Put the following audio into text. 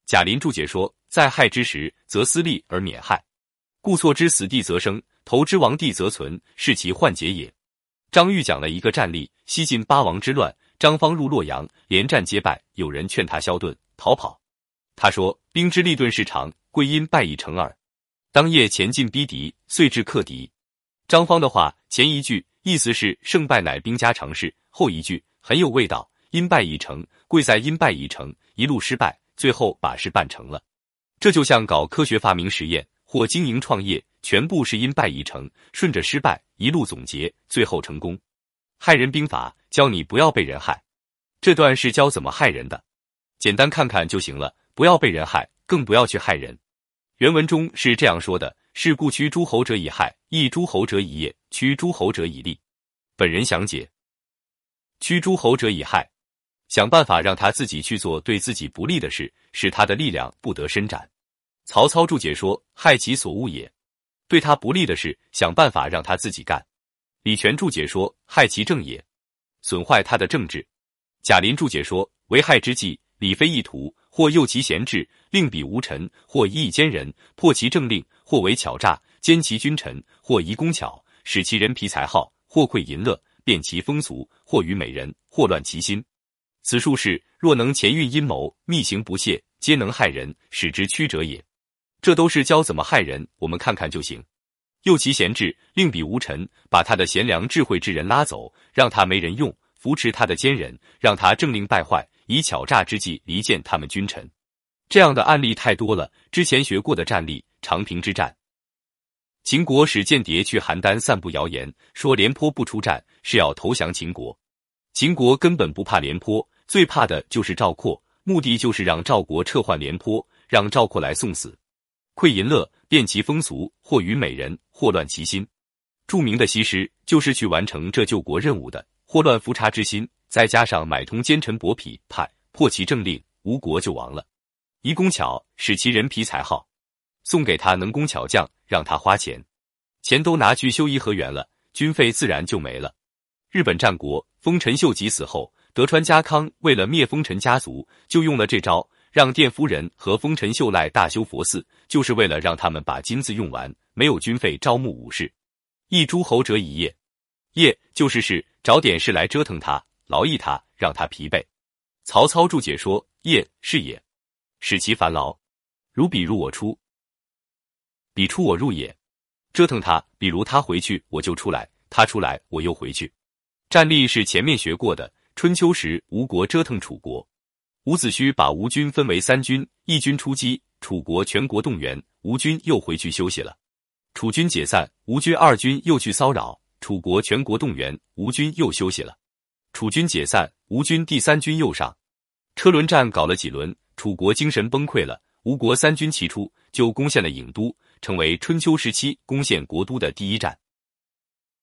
贾林注解说：在害之时，则思利而免害，故错之死地则生，投之亡地则存，是其患结也。张玉讲了一个战例：西晋八王之乱，张方入洛阳，连战皆败，有人劝他削盾逃跑。他说：兵之利钝势长，贵因败已成耳。当夜前进逼敌，遂至克敌。张方的话前一句意思是胜败乃兵家常事，后一句很有味道，因败已成，贵在因败已成，一路失败，最后把事办成了。这就像搞科学发明实验或经营创业，全部是因败已成，顺着失败一路总结，最后成功。害人兵法教你不要被人害，这段是教怎么害人的，简单看看就行了，不要被人害，更不要去害人。原文中是这样说的：是故驱诸侯者以害，抑诸侯者以业，驱诸侯者以利。本人详解：驱诸侯者以害，想办法让他自己去做对自己不利的事，使他的力量不得伸展。曹操注解说：害其所恶也，对他不利的事，想办法让他自己干。李全注解说：害其政也，损坏他的政治。贾林注解说：为害之计，理非意图，或诱其贤志，令彼无臣，或以以奸人，破其政令，或为巧诈，奸其君臣，或疑工巧，使其人皮财好，或窥淫乐，变其风俗，或与美人，或乱其心。此术士若能前运阴谋，密行不懈，皆能害人，使之曲者也。这都是教怎么害人，我们看看就行。诱其贤志，令彼无臣，把他的贤良智慧之人拉走，让他没人用，扶持他的奸人，让他政令败坏，以巧诈之计离间他们君臣。这样的案例太多了，之前学过的战例，长平之战。秦国使间谍去邯郸散布谣言，说廉颇不出战是要投降秦国。秦国根本不怕廉颇，最怕的就是赵括，目的就是让赵国撤换廉颇，让赵括来送死。窥淫乐，变其风俗，或与美人，或乱其心。著名的西施就是去完成这救国任务的，祸乱夫差之心，再加上买通奸臣伯嚭派，破其政令，吴国就亡了。宜工巧，使其人皮财好，送给他能工巧匠，让他花钱，钱都拿去修颐和园了，军费自然就没了。日本战国，丰臣秀吉死后，德川家康为了灭丰臣家族，就用了这招，让殿夫人和丰臣秀赖大修佛寺，就是为了让他们把金子用完，没有军费招募武士。抑诸侯者以业，业就是事，找点事来折腾他，劳役他，让他疲惫。曹操注解说：业是也，使其烦劳，如彼入我出，彼出我入也。折腾他，比如他回去我就出来，他出来我又回去。战例是前面学过的，春秋时吴国折腾楚国，伍子胥把吴军分为三军，一军出击，楚国全国动员，吴军又回去休息了。楚军解散，吴军二军又去骚扰，楚国全国动员，吴军又休息了。楚军解散，吴军第三军又上。车轮战搞了几轮，楚国精神崩溃了，吴国三军齐出，就攻陷了郢都，成为春秋时期攻陷国都的第一战。